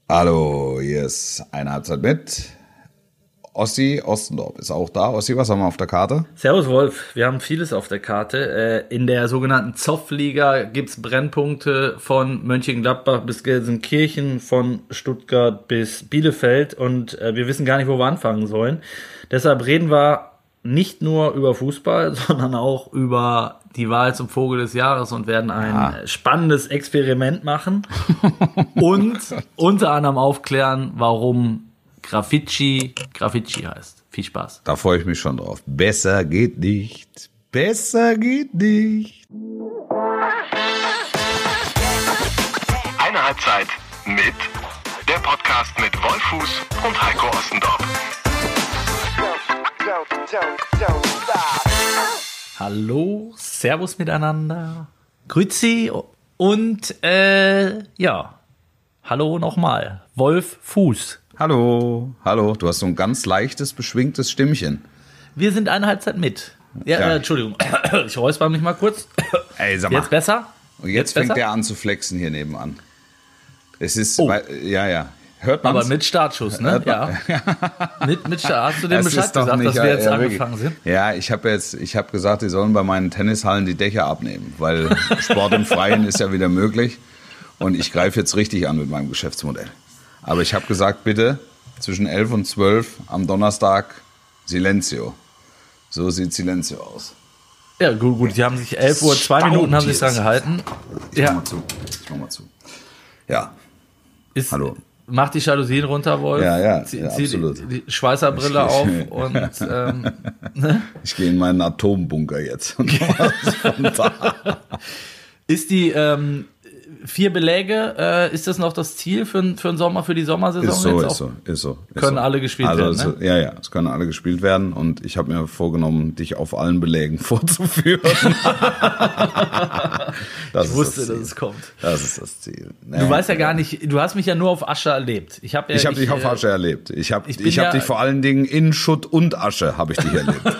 Hallo, hier ist eine Halbzeit mit. Ossi Ostendorf ist auch da. Ossi, was haben wir auf der Karte? Servus Wolf, wir haben vieles auf der Karte. In der sogenannten Zoff-Liga gibt's Brennpunkte von Mönchengladbach bis Gelsenkirchen, von Stuttgart bis Bielefeld und wir wissen gar nicht, wo wir anfangen sollen. Deshalb reden wir nicht nur über Fußball, sondern auch über die Wahl zum Vogel des Jahres und werden ein spannendes Experiment machen und unter anderem aufklären, warum Graffiti heißt. Viel Spaß. Da freue ich mich schon drauf. Besser geht nicht. Besser geht nicht. Eine Halbzeit mit der Podcast mit Wolf Fuß und Heiko Ostendorf. Hallo, Servus miteinander. Grüezi und hallo nochmal. Wolf Fuß. Hallo, du hast so ein ganz leichtes, beschwingtes Stimmchen. Wir sind eine Halbzeit mit. Ja. Entschuldigung, ich räusper mich mal kurz. Ey, sag mal. Jetzt besser? Und jetzt fängt der an zu flexen hier nebenan. Es ist, hört man. Aber mit Startschuss, ne? Ja. mit Start. Hast du dem Bescheid gesagt, nicht, dass wir jetzt angefangen sind? Ja, ich habe gesagt, die sollen bei meinen Tennishallen die Dächer abnehmen, weil Sport im Freien ist ja wieder möglich. Und ich greife jetzt richtig an mit meinem Geschäftsmodell. Aber ich habe gesagt, bitte zwischen 11 und 12 am Donnerstag Silenzio. So sieht Silenzio aus. Ja, gut. Die haben sich 11 Uhr, 2 Minuten haben sich dran gehalten. Ich mach mal zu. Ja. Hallo. Mach die Jalousien runter, Wolf. Ja, zieh absolut. Die Schweißerbrille auf und ne? Ich gehe in meinen Atombunker jetzt. Ist die 4 Beläge, ist das noch das Ziel für den Sommer, für die Sommersaison? Ist so. Können alle gespielt werden, ne? Ja, es können alle gespielt werden und ich habe mir vorgenommen, dich auf allen Belägen vorzuführen. Ich wusste, dass es kommt. Das ist das Ziel. Du weißt ja gar nicht, du hast mich ja nur auf Asche erlebt. Ich habe dich auf Asche erlebt. Ich hab dich vor allen Dingen in Schutt und Asche habe ich dich erlebt.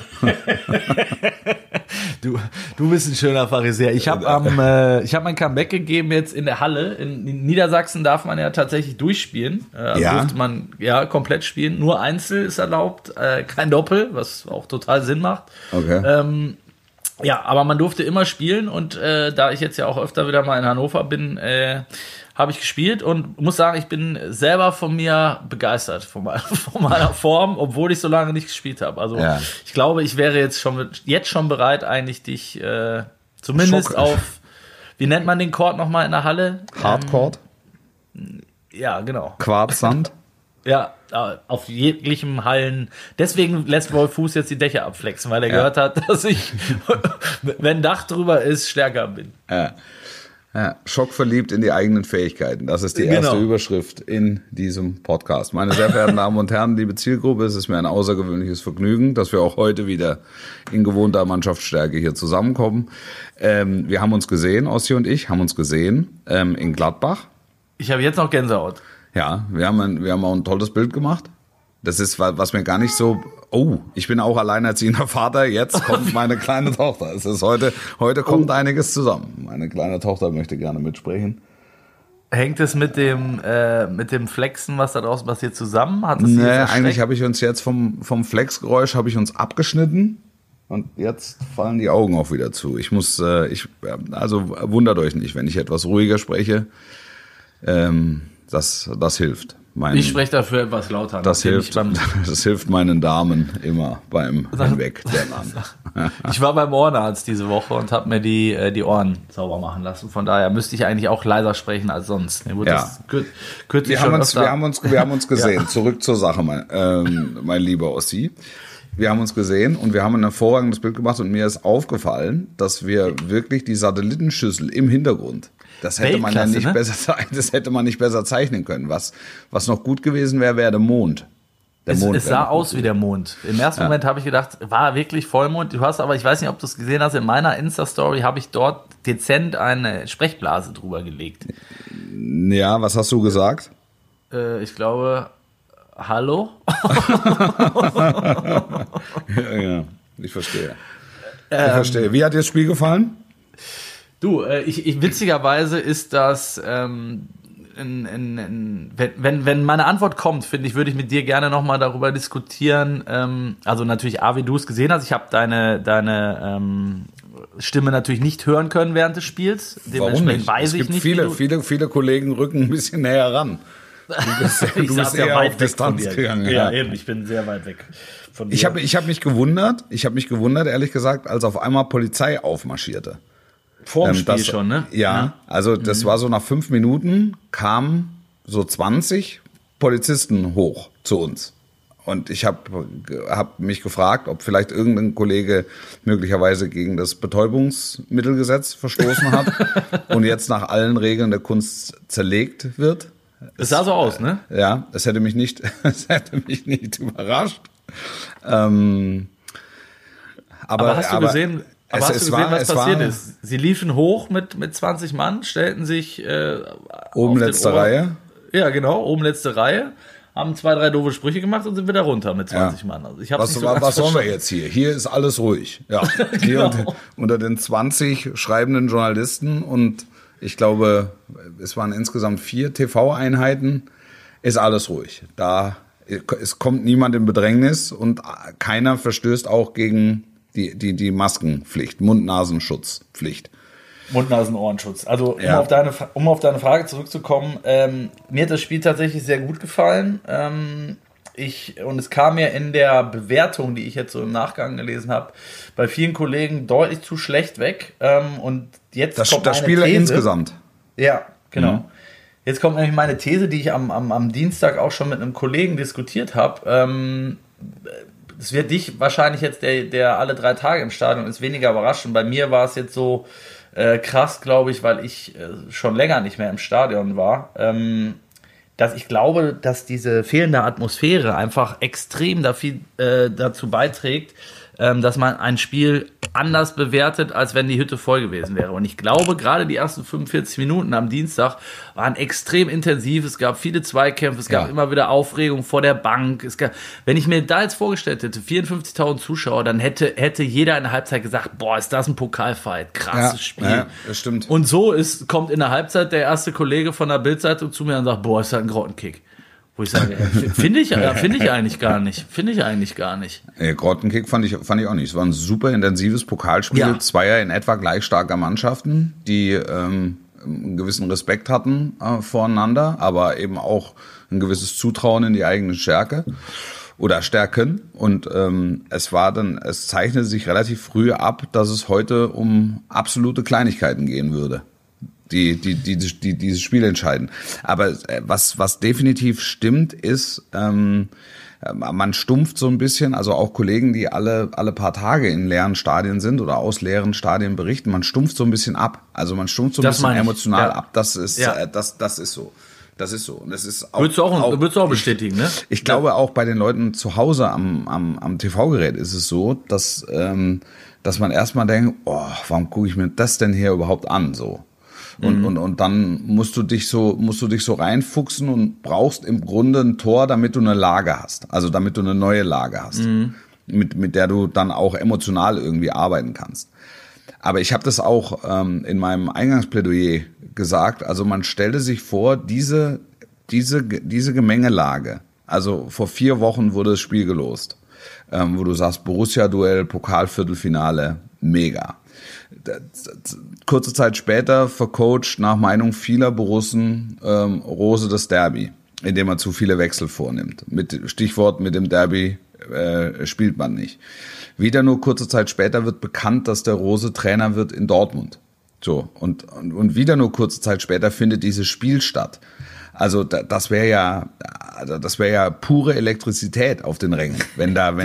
Du bist ein schöner Pharisäer. Ich habe mein Comeback gegeben jetzt in der Halle. In Niedersachsen darf man ja tatsächlich durchspielen. Durfte man komplett spielen. Nur Einzel ist erlaubt, kein Doppel, was auch total Sinn macht. Okay. Aber man durfte immer spielen und da ich jetzt ja auch öfter wieder mal in Hannover bin, habe ich gespielt und muss sagen, ich bin selber von mir begeistert, von meiner Form, obwohl ich so lange nicht gespielt habe. Also ich glaube, ich wäre jetzt schon bereit, eigentlich dich zumindest auf, wie nennt man den Court nochmal in der Halle? Hardcourt? Ja, genau. Quarzsand? Ja, auf jeglichem Hallen. Deswegen lässt Wolf Fuß jetzt die Dächer abflexen, weil er gehört hat, dass ich, wenn Dach drüber ist, stärker bin. Ja, schockverliebt in die eigenen Fähigkeiten. Das ist die erste Überschrift in diesem Podcast. Meine sehr verehrten Damen und Herren, liebe Zielgruppe, es ist mir ein außergewöhnliches Vergnügen, dass wir auch heute wieder in gewohnter Mannschaftsstärke hier zusammenkommen. Wir haben uns gesehen, Ossi und ich, in Gladbach. Ich habe jetzt noch Gänsehaut. Ja, wir haben auch ein tolles Bild gemacht. Das ist, was mir gar nicht so... Oh, ich bin auch alleinerziehender Vater. Jetzt kommt meine kleine Tochter. Es ist heute kommt einiges zusammen. Meine kleine Tochter möchte gerne mitsprechen. Hängt es mit dem Flexen, was da draußen passiert, zusammen? Eigentlich habe ich uns jetzt vom Flexgeräusch abgeschnitten. Und jetzt fallen die Augen auch wieder zu. Also wundert euch nicht, wenn ich etwas ruhiger spreche. Das hilft. Ich spreche dafür etwas lauter. Das hilft meinen Damen immer beim Hinwegdämmern. Ich war beim Ohrenarzt diese Woche und habe mir die Ohren sauber machen lassen. Von daher müsste ich eigentlich auch leiser sprechen als sonst. Wir haben uns gesehen. Ja. Zurück zur Sache, mein lieber Ossi. Wir haben uns gesehen und wir haben ein hervorragendes Bild gemacht und mir ist aufgefallen, dass wir wirklich die Satellitenschüssel im Hintergrund, das hätte man ja nicht besser zeichnen können. Was noch gut gewesen wäre der Mond. Es sah aus wie der Mond. Im ersten Moment habe ich gedacht, war wirklich Vollmond. Ich weiß nicht, ob du es gesehen hast, in meiner Insta-Story habe ich dort dezent eine Sprechblase drüber gelegt. Ja, was hast du gesagt? Ich glaube... Hallo? ja, ich verstehe. Wie hat dir das Spiel gefallen? Du, witzigerweise ist das wenn meine Antwort kommt, finde ich, würde ich mit dir gerne nochmal darüber diskutieren. Also natürlich, wie du es gesehen hast. Ich habe deine Stimme natürlich nicht hören können während des Spiels. Warum nicht? Weiß es gibt nicht, viele Kollegen rücken ein bisschen näher ran. Du bist eher auf Distanz gegangen. Ja, eben, ich bin sehr weit weg von dir. Ich hab mich gewundert, ehrlich gesagt, als auf einmal Polizei aufmarschierte. Vor dem Spiel schon, ne? Ja, also das war so nach 5 Minuten kamen so 20 Polizisten hoch zu uns. Und ich hab mich gefragt, ob vielleicht irgendein Kollege möglicherweise gegen das Betäubungsmittelgesetz verstoßen hat und jetzt nach allen Regeln der Kunst zerlegt wird. Es sah so aus, ne? Ja, es hätte mich nicht überrascht. Aber hast du gesehen, was passiert ist? Sie liefen hoch mit 20 Mann, stellten sich oben letzte Reihe. Ja, genau, oben letzte Reihe. Haben 2, 3 doofe Sprüche gemacht und sind wieder runter mit 20 Mann. Also was sollen wir jetzt hier? Hier ist alles ruhig. Ja. Genau. Hier unter den 20 schreibenden Journalisten und ich glaube, es waren insgesamt 4 TV-Einheiten, ist alles ruhig. Es kommt niemand in Bedrängnis und keiner verstößt auch gegen die Maskenpflicht, Mund-Nasen-Schutzpflicht. Mund-Nasen-Ohrenschutz. Also um auf deine Frage zurückzukommen, mir hat das Spiel tatsächlich sehr gut gefallen. Und es kam mir in der Bewertung, die ich jetzt so im Nachgang gelesen habe, bei vielen Kollegen deutlich zu schlecht weg. Und jetzt kommt das Spiel These. Insgesamt. Ja, genau. Mhm. Jetzt kommt nämlich meine These, die ich am Dienstag auch schon mit einem Kollegen diskutiert habe. Es wird dich wahrscheinlich jetzt, der alle 3 Tage im Stadion ist, weniger überraschen. Bei mir war es jetzt so krass, glaube ich, weil ich schon länger nicht mehr im Stadion war, dass ich glaube, dass diese fehlende Atmosphäre einfach extrem dazu beiträgt, dass man ein Spiel anders bewertet, als wenn die Hütte voll gewesen wäre. Und ich glaube, gerade die ersten 45 Minuten am Dienstag waren extrem intensiv. Es gab viele Zweikämpfe, es gab immer wieder Aufregung vor der Bank. Wenn ich mir da jetzt vorgestellt hätte, 54.000 Zuschauer, dann hätte jeder in der Halbzeit gesagt, boah, ist das ein Pokalfight, krasses Spiel. Ja, das stimmt. Und so kommt in der Halbzeit der erste Kollege von der Bild-Zeitung zu mir und sagt, boah, ist das ein Grottenkick. Wo ich sage, finde ich eigentlich gar nicht. Grottenkick fand ich auch nicht. Es war ein super intensives Pokalspiel, zweier in etwa gleich starker Mannschaften, die einen gewissen Respekt hatten voreinander, aber eben auch ein gewisses Zutrauen in die eigene Stärke oder Stärken. Und es zeichnete sich relativ früh ab, dass es heute um absolute Kleinigkeiten gehen würde, die dieses Spiel entscheiden. Aber was definitiv stimmt, ist, man stumpft so ein bisschen, also auch Kollegen, die alle paar Tage in leeren Stadien sind oder aus leeren Stadien berichten, man stumpft so ein bisschen ab. Also man stumpft so ein bisschen emotional ab. Das ist so. Das ist so. Und das ist auch, würdest du auch bestätigen, ne? Ich glaube auch bei den Leuten zu Hause am TV-Gerät ist es so, dass man erstmal denkt, oh, warum gucke ich mir das denn hier überhaupt an, so. Und dann musst du dich so reinfuchsen und brauchst im Grunde ein Tor, damit du eine Lage hast. Also damit du eine neue Lage hast, mit der du dann auch emotional irgendwie arbeiten kannst. Aber ich habe das auch in meinem Eingangsplädoyer gesagt. Also man stellte sich vor, diese Gemengelage. Also vor 4 Wochen wurde das Spiel gelost, wo du sagst, Borussia-Duell, Pokalviertelfinale, mega. Kurze Zeit später vercoacht nach Meinung vieler Borussen Rose das Derby, indem er zu viele Wechsel vornimmt. Stichwort mit dem Derby spielt man nicht. Wieder nur kurze Zeit später wird bekannt, dass der Rose Trainer wird in Dortmund. So, und wieder nur kurze Zeit später findet dieses Spiel statt. Also das wäre ja pure Elektrizität auf den Rängen, wenn da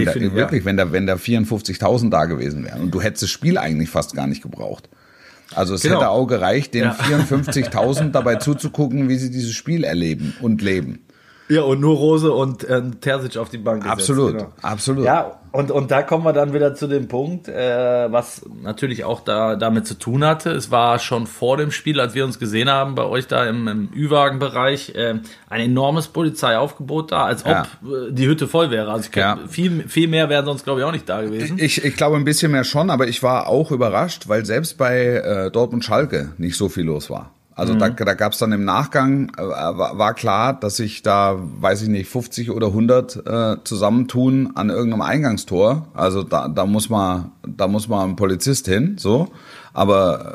54.000 da gewesen wären und du hättest das Spiel eigentlich fast gar nicht gebraucht. Also es hätte auch gereicht, den 54.000 dabei zuzugucken, wie sie dieses Spiel erleben und leben. Ja, und nur Rose und Terzic auf die Bank gesetzt. Absolut, genau. Absolut. Ja, und da kommen wir dann wieder zu dem Punkt, was natürlich auch damit zu tun hatte. Es war schon vor dem Spiel, als wir uns gesehen haben, bei euch da im Ü-Wagen-Bereich, ein enormes Polizeiaufgebot da, als ob die Hütte voll wäre. Also viel mehr wären sonst, glaube ich, auch nicht da gewesen. Ich glaube ein bisschen mehr schon, aber ich war auch überrascht, weil selbst bei Dortmund-Schalke nicht so viel los war. Also da gab es dann im Nachgang, war klar, dass sich da, weiß ich nicht, 50 oder 100 zusammentun an irgendeinem Eingangstor. Also da muss mal ein Polizist hin, so. Aber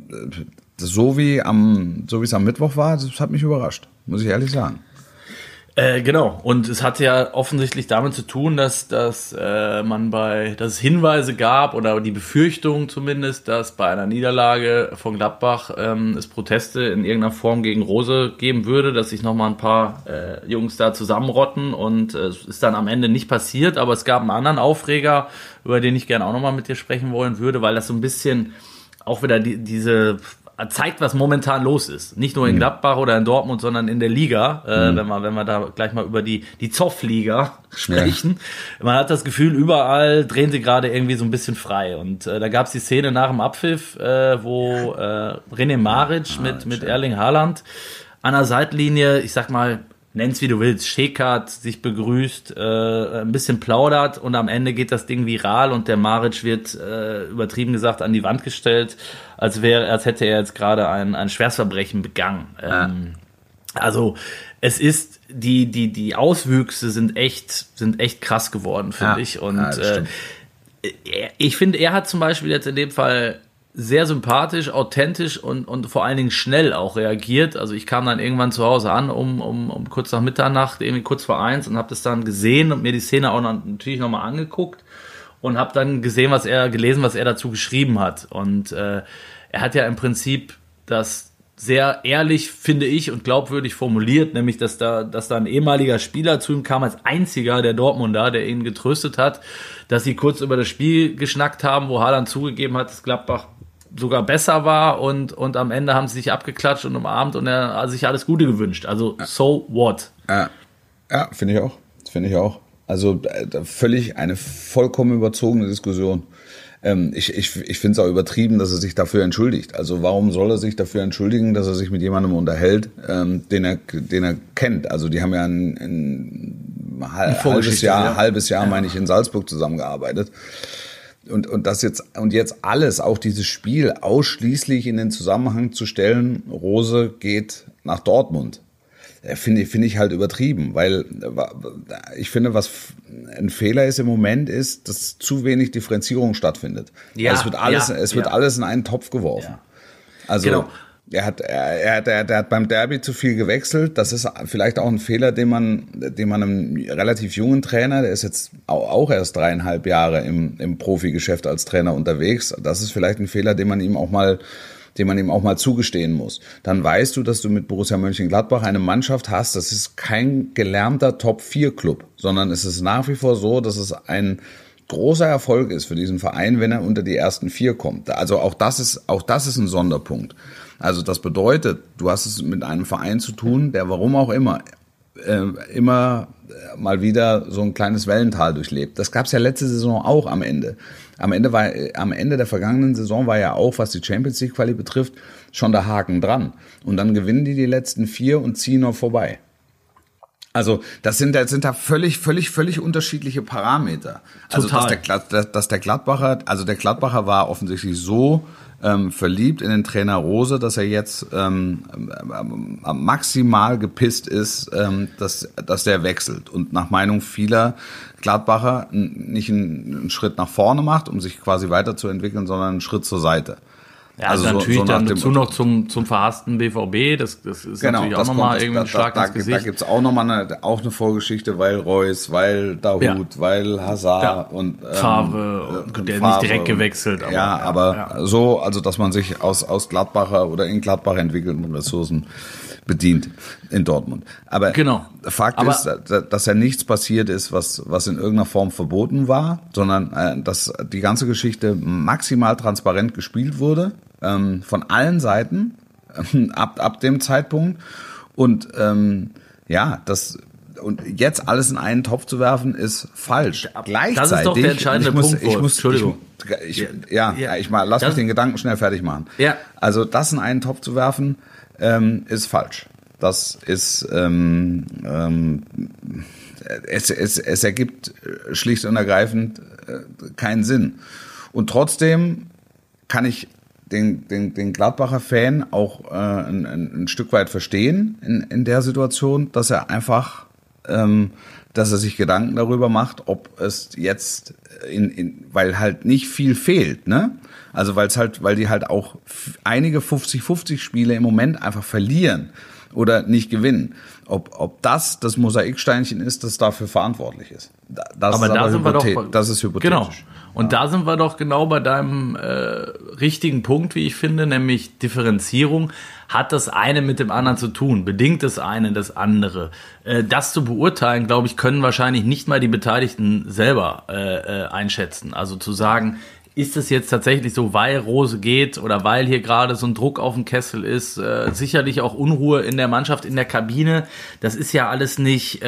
so wie es am Mittwoch war, das hat mich überrascht, muss ich ehrlich sagen. Genau. Und es hat ja offensichtlich damit zu tun, dass es Hinweise gab oder die Befürchtung zumindest, dass bei einer Niederlage von Gladbach es Proteste in irgendeiner Form gegen Rose geben würde, dass sich nochmal ein paar Jungs da zusammenrotten, und es ist dann am Ende nicht passiert, aber es gab einen anderen Aufreger, über den ich gerne auch nochmal mit dir sprechen wollen würde, weil das so ein bisschen auch wieder diese zeigt, was momentan los ist. Nicht nur in Gladbach oder in Dortmund, sondern in der Liga, wenn wir da gleich mal über die Zoff-Liga sprechen. Ja. Man hat das Gefühl, überall drehen sie gerade irgendwie so ein bisschen frei. Und da gab es die Szene nach dem Abpfiff, wo René Maric mit Erling Haaland an der Seitlinie, ich sag mal, nenn's wie du willst, schäkert, sich begrüßt, ein bisschen plaudert, und am Ende geht das Ding viral und der Maric wird, übertrieben gesagt, an die Wand gestellt, als hätte er jetzt gerade ein Schwerstverbrechen begangen. Ja. Also es ist, die Auswüchse sind echt krass geworden, finde ich. Und ich finde, er hat zum Beispiel jetzt in dem Fall sehr sympathisch, authentisch und vor allen Dingen schnell auch reagiert. Also ich kam dann irgendwann zu Hause an, um kurz nach Mitternacht, irgendwie kurz vor 1, und habe das dann gesehen und mir die Szene auch natürlich nochmal angeguckt und habe dann gelesen, was er dazu geschrieben hat. Und er hat ja im Prinzip das sehr ehrlich, finde ich, und glaubwürdig formuliert, nämlich, dass da ein ehemaliger Spieler zu ihm kam, als einziger der Dortmunder, der ihn getröstet hat, dass sie kurz über das Spiel geschnackt haben, wo Haaland zugegeben hat, dass Gladbach sogar besser war, und am Ende haben sie sich abgeklatscht und umarmt und er hat sich alles Gute gewünscht. Also, so what? Ja, finde ich auch. Also eine vollkommen überzogene Diskussion. Ich finde es auch übertrieben, dass er sich dafür entschuldigt. Also warum soll er sich dafür entschuldigen, dass er sich mit jemandem unterhält, den er kennt? Also die haben ja ein halbes Jahr, meine ich, in Salzburg zusammengearbeitet. Und jetzt alles, auch dieses Spiel ausschließlich in den Zusammenhang zu stellen, Rose geht nach Dortmund, finde ich halt übertrieben, weil ich finde, was ein Fehler ist im Moment, ist, dass zu wenig Differenzierung stattfindet. Ja, also es wird alles in einen Topf geworfen. Ja. Also genau. Er hat beim Derby zu viel gewechselt. Das ist vielleicht auch ein Fehler, den man einem relativ jungen Trainer, der ist jetzt auch erst 3,5 Jahre im Profigeschäft als Trainer unterwegs. Das ist vielleicht ein Fehler, den man ihm auch mal zugestehen muss. Dann weißt du, dass du mit Borussia Mönchengladbach eine Mannschaft hast, das ist kein gelernter Top-4-Club, sondern es ist nach wie vor so, dass es ein großer Erfolg ist für diesen Verein, wenn er unter die ersten 4 kommt. Also auch das ist ein Sonderpunkt. Also das bedeutet, du hast es mit einem Verein zu tun, der warum auch immer mal wieder so ein kleines Wellental durchlebt. Das gab es ja letzte Saison auch am Ende. Am Ende der vergangenen Saison war ja auch, was die Champions League Quali betrifft, schon der Haken dran. Und dann gewinnen die letzten 4 und ziehen noch vorbei. Also das sind da völlig unterschiedliche Parameter. Also dass der Gladbacher war offensichtlich so verliebt in den Trainer Rose, dass er jetzt maximal gepisst ist, dass der wechselt und nach Meinung vieler Gladbacher nicht einen Schritt nach vorne macht, um sich quasi weiterzuentwickeln, sondern einen Schritt zur Seite. Ja, also natürlich dann dazu noch zum verhassten BVB, das ist natürlich auch nochmal irgendwie ein Schlag ins Gesicht. Da gibt's auch nochmal eine Vorgeschichte, weil Reus, weil Dahoud, weil Hazard und Favre, der nicht direkt gewechselt. Aber so, also dass man sich aus Gladbacher oder in Gladbach entwickelten Ressourcen bedient in Dortmund. Aber Fakt ist, dass ja nichts passiert ist, was in irgendeiner Form verboten war, sondern dass die ganze Geschichte maximal transparent gespielt wurde, von allen Seiten, ab dem Zeitpunkt. Und und jetzt alles in einen Topf zu werfen, ist falsch. Gleichzeitig, das ist doch der entscheidende Punkt. Entschuldigung. Lass mich den Gedanken schnell fertig machen. Ja. Also das in einen Topf zu werfen, ist falsch. Das ist es ergibt schlicht und ergreifend keinen Sinn. Und trotzdem kann ich den Gladbacher Fan auch ein Stück weit verstehen in der Situation, dass er einfach, dass er sich Gedanken darüber macht, ob es jetzt weil halt nicht viel fehlt, ne? Also weil die halt auch einige 50-50 Spiele im Moment einfach verlieren oder nicht gewinnen. Ob das Mosaiksteinchen ist, das dafür verantwortlich ist. Das ist hypothetisch. Genau. Und da sind wir doch genau bei deinem richtigen Punkt, wie ich finde, nämlich Differenzierung. Hat das eine mit dem anderen zu tun? Bedingt das eine das andere? Das zu beurteilen, glaube ich, können wahrscheinlich nicht mal die Beteiligten selber einschätzen. Also zu sagen, ist es jetzt tatsächlich so, weil Rose geht oder weil hier gerade so ein Druck auf dem Kessel ist, sicherlich auch Unruhe in der Mannschaft, in der Kabine. Das ist ja alles nicht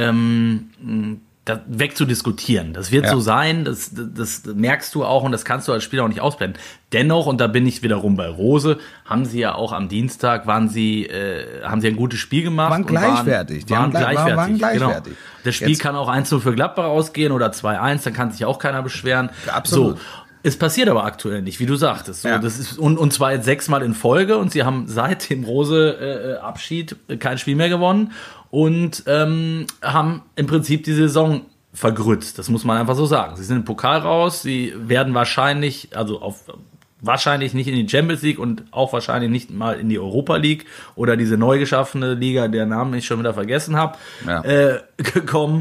wegzudiskutieren. Das wird so sein, das merkst du auch und das kannst du als Spieler auch nicht ausblenden. Dennoch, und da bin ich wiederum bei Rose, haben sie ja auch am Dienstag, haben sie ein gutes Spiel gemacht. Waren gleichwertig. Waren gleichwertig. Genau. Gleichwertig. Das Spiel kann auch 1-0 für Gladbach ausgehen oder 2-1, dann kann sich auch keiner beschweren. Absolut. So. Es passiert aber aktuell nicht, wie du sagtest. So, das ist, und zwar jetzt 6-mal in Folge und sie haben seit dem Rose-Abschied kein Spiel mehr gewonnen und haben im Prinzip die Saison vergrützt. Das muss man einfach so sagen. Sie sind im Pokal raus, sie werden wahrscheinlich nicht in die Champions League und auch wahrscheinlich nicht mal in die Europa League oder diese neu geschaffene Liga, deren Namen ich schon wieder vergessen habe, gekommen.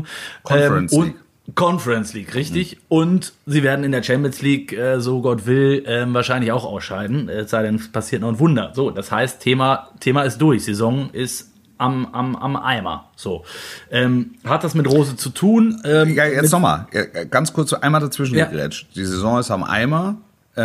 Conference League, richtig. Und sie werden in der Champions League, so Gott will, wahrscheinlich auch ausscheiden. Es sei denn, es passiert noch ein Wunder. So, das heißt, Thema ist durch. Saison ist am Eimer. So. Hat das mit Rose zu tun? Jetzt nochmal. Ganz kurz einmal dazwischen gegrätscht. Die Saison ist am Eimer.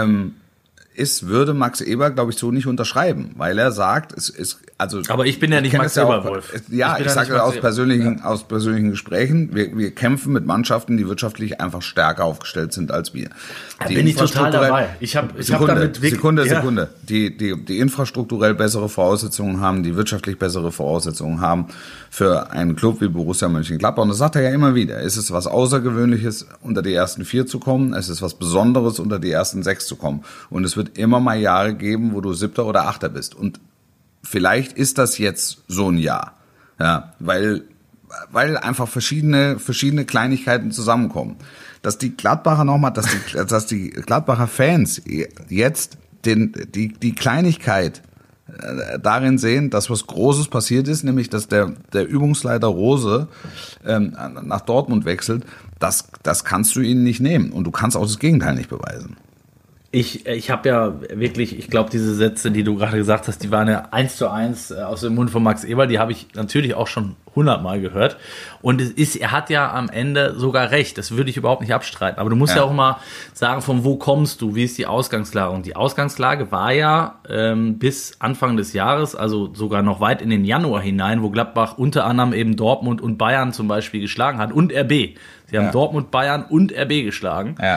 Würde Max Eber, glaube ich, so nicht unterschreiben, weil er sagt, es ist, also. Aber ich bin ja nicht Max Eber, Wolf. Ja, ich sage das aus persönlichen Gesprächen. Wir kämpfen mit Mannschaften, die wirtschaftlich einfach stärker aufgestellt sind als wir. Da bin ich total dabei. Ich hab damit Sekunde. Die infrastrukturell bessere Voraussetzungen haben, die wirtschaftlich bessere Voraussetzungen haben für einen Club wie Borussia Mönchengladbach. Und das sagt er ja immer wieder. Es ist was Außergewöhnliches, unter die ersten 4 zu kommen. Es ist was Besonderes, unter die ersten 6 zu kommen. Und es wird immer mal Jahre geben, wo du 7. oder 8. bist. Und vielleicht ist das jetzt so ein Jahr. Ja, weil einfach verschiedene Kleinigkeiten zusammenkommen. Dass die Gladbacher dass die Gladbacher Fans jetzt die Kleinigkeit darin sehen, dass was Großes passiert ist, nämlich dass der Übungsleiter Rose nach Dortmund wechselt, das kannst du ihnen nicht nehmen. Und du kannst auch das Gegenteil nicht beweisen. Ich habe ja wirklich, ich glaube, diese Sätze, die du gerade gesagt hast, die waren ja 1:1 aus dem Mund von Max Eber, die habe ich natürlich auch schon 100-mal gehört. Und er hat ja am Ende sogar recht, das würde ich überhaupt nicht abstreiten. Aber du musst ja auch mal sagen, von wo kommst du, wie ist die Ausgangslage? Und die Ausgangslage war ja bis Anfang des Jahres, also sogar noch weit in den Januar hinein, wo Gladbach unter anderem eben Dortmund und Bayern zum Beispiel geschlagen hat und RB. Sie haben Dortmund, Bayern und RB geschlagen. Ja.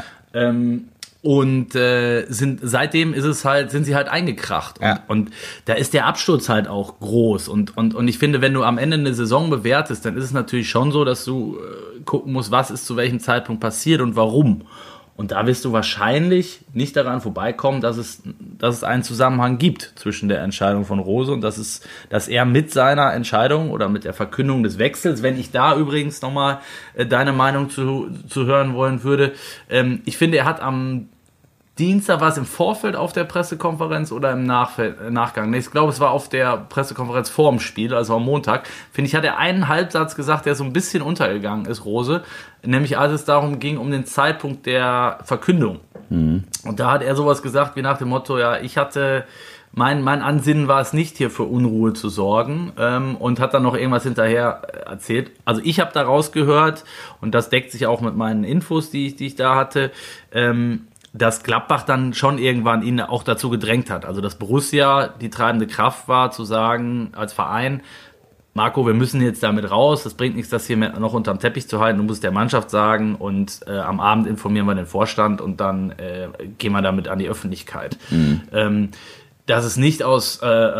Und seitdem sind sie halt eingekracht. Und da ist der Absturz halt auch groß. Und ich finde, wenn du am Ende eine Saison bewertest, dann ist es natürlich schon so, dass du gucken musst, was ist zu welchem Zeitpunkt passiert und warum. Und da wirst du wahrscheinlich nicht daran vorbeikommen, dass es einen Zusammenhang gibt zwischen der Entscheidung von Rose und dass er mit seiner Entscheidung oder mit der Verkündung des Wechsels, wenn ich da übrigens nochmal deine Meinung zu hören wollen würde, ich finde, er hat am Dienstag, war es im Vorfeld auf der Pressekonferenz oder im Nachgang? Ich glaube, es war auf der Pressekonferenz vor dem Spiel, also am Montag. Finde ich, hat er einen Halbsatz gesagt, der so ein bisschen untergegangen ist, Rose. Nämlich als es darum ging, um den Zeitpunkt der Verkündung. Mhm. Und da hat er sowas gesagt wie nach dem Motto, ja, mein Ansinnen war es nicht, hier für Unruhe zu sorgen, und hat dann noch irgendwas hinterher erzählt. Also ich habe da rausgehört, und das deckt sich auch mit meinen Infos, die ich da hatte, dass Gladbach dann schon irgendwann ihn auch dazu gedrängt hat. Also dass Borussia die treibende Kraft war, zu sagen als Verein, Marco, wir müssen jetzt damit raus, das bringt nichts, das hier noch unterm Teppich zu halten, du musst der Mannschaft sagen und am Abend informieren wir den Vorstand und dann gehen wir damit an die Öffentlichkeit. Mhm. Dass es nicht aus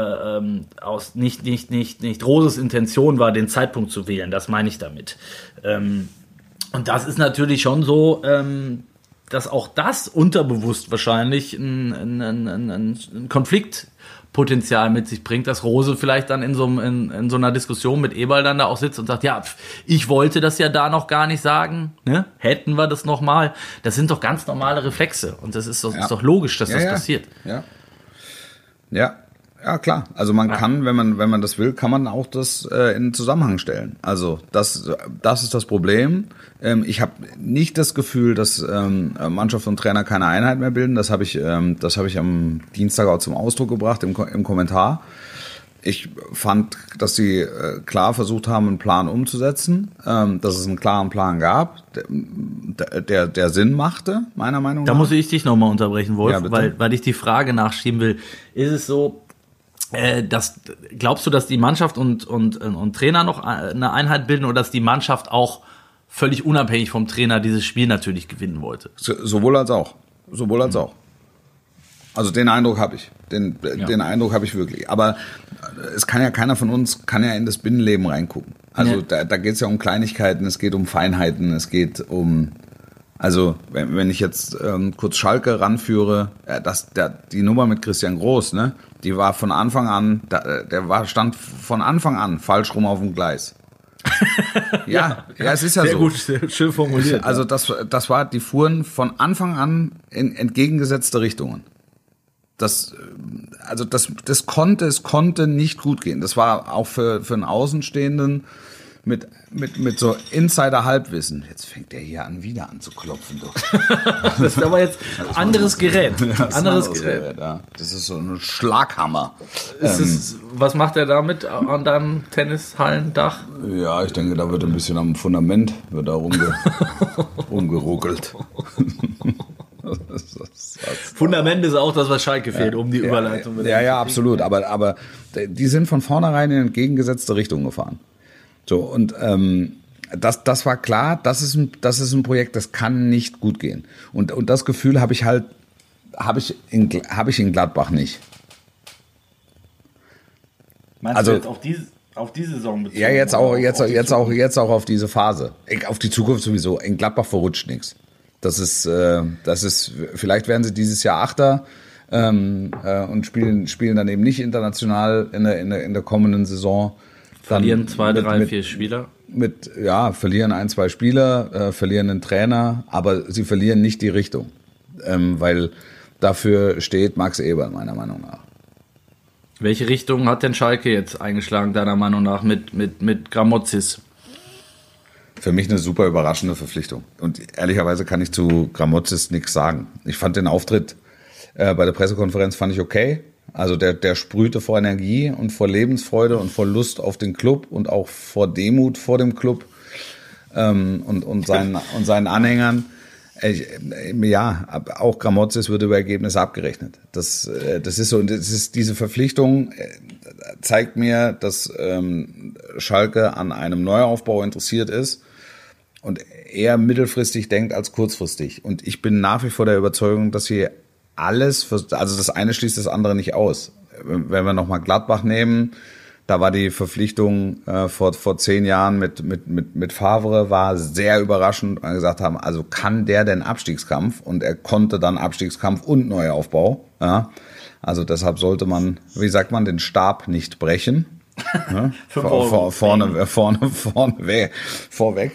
nicht Roses Intention war, den Zeitpunkt zu wählen, das meine ich damit. Und das ist natürlich schon so, dass auch das unterbewusst wahrscheinlich ein Konfliktpotenzial mit sich bringt, dass Rose vielleicht dann in so einer Diskussion mit Eberl dann da auch sitzt und sagt, ja, ich wollte das ja da noch gar nicht sagen, ne? Hätten wir das noch mal. Das sind doch ganz normale Reflexe und das ist doch logisch, dass das passiert. Ja, klar. Also man kann, wenn man das will, kann man auch das in Zusammenhang stellen. Also das ist das Problem. Ich habe nicht das Gefühl, dass Mannschaft und Trainer keine Einheit mehr bilden. Das habe ich am Dienstag auch zum Ausdruck gebracht im Kommentar. Ich fand, dass sie klar versucht haben, einen Plan umzusetzen, dass es einen klaren Plan gab, der Sinn machte, meiner Meinung nach. Da muss ich dich nochmal unterbrechen, Wolf, weil ich die Frage nachschieben will. Ist es so, glaubst du, dass die Mannschaft und Trainer noch eine Einheit bilden oder dass die Mannschaft auch völlig unabhängig vom Trainer dieses Spiel natürlich gewinnen wollte? Sowohl als auch. Also den Eindruck habe ich. Den Eindruck habe ich wirklich. Aber es kann ja keiner von uns in das Binnenleben reingucken. Also da geht es ja um Kleinigkeiten, es geht um Feinheiten, es geht um... Also, wenn ich jetzt kurz Schalke ranführe, die Nummer mit Christian Groß, ne, die war von Anfang an, stand von Anfang an falsch rum auf dem Gleis. ja, es ist ja sehr so. Sehr gut, schön formuliert. Also die fuhren von Anfang an in entgegengesetzte Richtungen. Das konnte nicht gut gehen. Das war auch für einen Außenstehenden mit so Insider-Halbwissen. Jetzt fängt der hier an, wieder an zu klopfen. Das ist aber jetzt ein anderes Gerät. Anderes Gerät, ja. Das ist so ein Schlaghammer. Was macht er damit an deinem Tennishallendach? Ja, ich denke, da wird ein bisschen am Fundament rumgeruckelt. Fundament ist auch das, was Schalke fehlt, um die Überleitung. Ja, absolut. Aber die sind von vornherein in entgegengesetzte Richtung gefahren. So, und das war klar, das ist ein Projekt, das kann nicht gut gehen. Und das Gefühl habe ich in Gladbach nicht. Meinst du jetzt auf die Saison bezogen? Ja, jetzt auch auf diese Phase. Auf die Zukunft sowieso. In Gladbach verrutscht nichts. Das ist, vielleicht werden sie dieses Jahr Achter und spielen dann eben nicht international in der kommenden Saison. Verlieren 2, 3, 4 Spieler. Verlieren 1, 2 Spieler, verlieren einen Trainer, aber sie verlieren nicht die Richtung. Weil dafür steht Max Eberl, meiner Meinung nach. Welche Richtung hat denn Schalke jetzt eingeschlagen, deiner Meinung nach, mit Gramotzis? Für mich eine super überraschende Verpflichtung. Und ehrlicherweise kann ich zu Gramotzis nichts sagen. Ich fand den Auftritt bei der Pressekonferenz fand ich okay. Also der sprühte vor Energie und vor Lebensfreude und vor Lust auf den Club und auch vor Demut vor dem Club und seinen Anhängern. Auch Gramotzis wird über Ergebnisse abgerechnet. Das ist so. Und diese Verpflichtung zeigt mir, dass Schalke an einem Neuaufbau interessiert ist und eher mittelfristig denkt als kurzfristig. Und ich bin nach wie vor der Überzeugung, dass sie also das eine schließt das andere nicht aus. Wenn wir nochmal Gladbach nehmen, da war die Verpflichtung vor 10 Jahren mit Favre war sehr überraschend, weil wir gesagt haben, also kann der denn Abstiegskampf? Und er konnte dann Abstiegskampf und Neuaufbau. Ja? Also deshalb sollte man, wie sagt man, den Stab nicht brechen. Ja? Vorweg.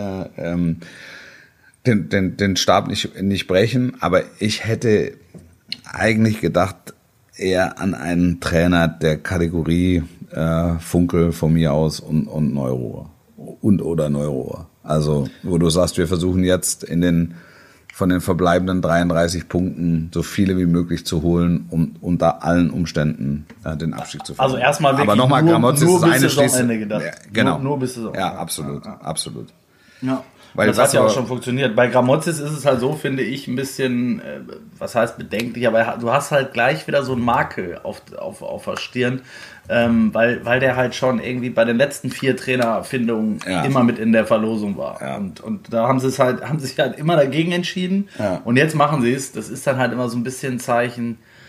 Den Stab nicht brechen, aber ich hätte eigentlich gedacht, eher an einen Trainer der Kategorie Funkel von mir aus und Neurohr oder Neurohr. Also wo du sagst, wir versuchen jetzt von den verbleibenden 33 Punkten so viele wie möglich zu holen, um unter allen Umständen den Abstieg zu verhindern. Also erstmal wirklich aber nochmal, nur bis Saisonende gedacht. Ja, genau. Nur bis Saisonende. Ja, absolut. Ja. Weil das hat ja auch schon funktioniert. Bei Gramotzis ist es halt so, finde ich, ein bisschen, was heißt bedenklich, aber du hast halt gleich wieder so einen Makel auf der Stirn, weil der halt schon irgendwie bei den letzten 4 Trainerfindungen immer mit in der Verlosung war. Ja. Und da haben sie sich halt immer dagegen entschieden. Ja. Und jetzt machen sie es. Das ist dann halt immer so ein bisschen ein Zeichen,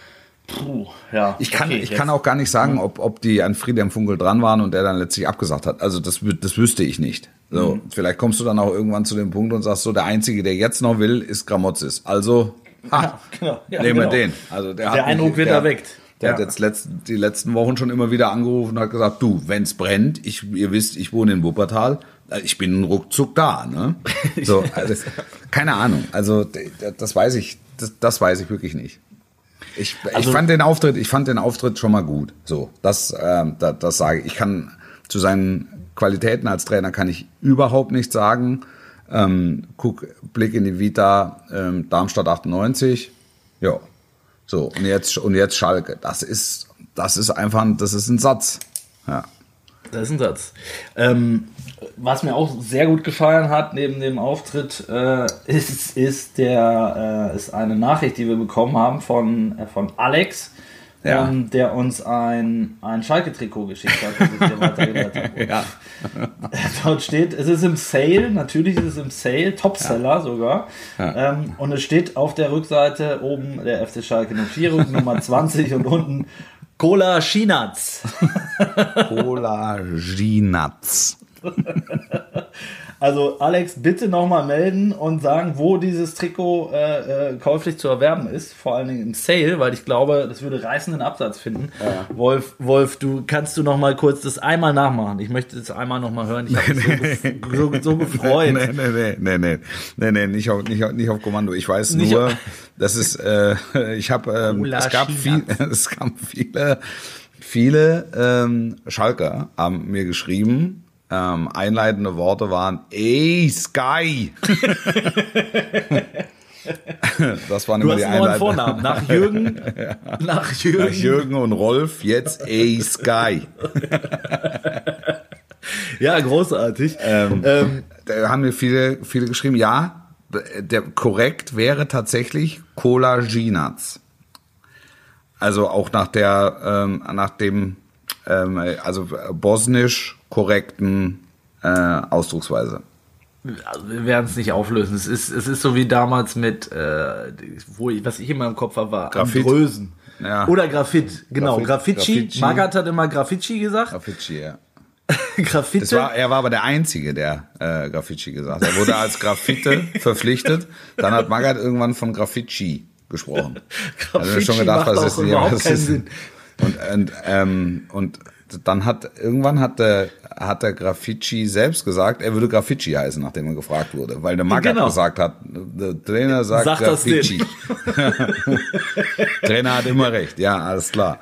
Ja. Ich kann auch gar nicht sagen, ob die an Friedhelm Funkel dran waren und der dann letztlich abgesagt hat. Also das wüsste ich nicht. So, vielleicht kommst du dann auch irgendwann zu dem Punkt und sagst so, der Einzige, der jetzt noch will, ist Gramozis. Also, nehmen wir den. Also der Eindruck wird erweckt. Der hat jetzt die letzten Wochen schon immer wieder angerufen und hat gesagt, du, wenn's brennt, ihr wisst, ich wohne in Wuppertal, ich bin ruckzuck da, ne? So, also, keine Ahnung. Also das weiß ich wirklich nicht. Ich fand den Auftritt schon mal gut. So, das sage ich. Ich kann zu seinen Qualitäten als Trainer kann ich überhaupt nichts sagen. Blick in die Vita, Darmstadt 98. Ja. So, und jetzt Schalke. Das ist ein Satz. Ja. Das ist ein Satz. Was mir auch sehr gut gefallen hat neben dem Auftritt, ist eine Nachricht, die wir bekommen haben von Alex, der uns ein Schalke-Trikot geschickt hat, das ich dir weitergeleitet habe. Ja. Dort steht, es ist im Sale, natürlich ist es im Sale, Topseller sogar. Ja. Und es steht auf der Rückseite oben der FC Schalke 04, Nummer 20 und unten Cola Schienatz. Cola Schienatz. Also Alex, bitte nochmal melden und sagen, wo dieses Trikot käuflich zu erwerben ist, vor allen Dingen im Sale, weil ich glaube, das würde reißenden Absatz finden. Ja. Wolf, kannst du nochmal kurz das einmal nachmachen? Ich möchte das einmal nochmal hören. Ich habe mich so gefreut. Nee, nicht auf Kommando. Ich weiß nur, das ist, es gab viele Schalker haben mir geschrieben. Einleitende Worte waren ey Sky. Das waren immer die einleitenden Vornamen. Nach Jürgen. Nach Jürgen und Rolf, jetzt ey Sky. Ja, großartig. Da haben mir viele geschrieben, ja, der korrekt wäre tatsächlich Cola Schienatz. Also auch nach dem bosnisch korrekten Ausdrucksweise. Also wir werden es nicht auflösen. Es ist so wie damals mit, was ich immer im Kopf habe, war Andrösen. Ja. Oder Graffit, genau. Graffiti. Magath hat immer Graffiti gesagt. Graffiti, ja. Graffiti. Er war aber der Einzige, der Graffiti gesagt hat. Er wurde als Graffite verpflichtet. Dann hat Magath irgendwann von Graffiti gesprochen. Graffiti also schon gedacht, macht auch überhaupt keinen Sinn. Und dann hat der Graffiti selbst gesagt, er würde Graffiti heißen, nachdem er gefragt wurde, weil der Magath gesagt hat, der Trainer sagt Graffiti. Trainer hat immer recht, ja, alles klar.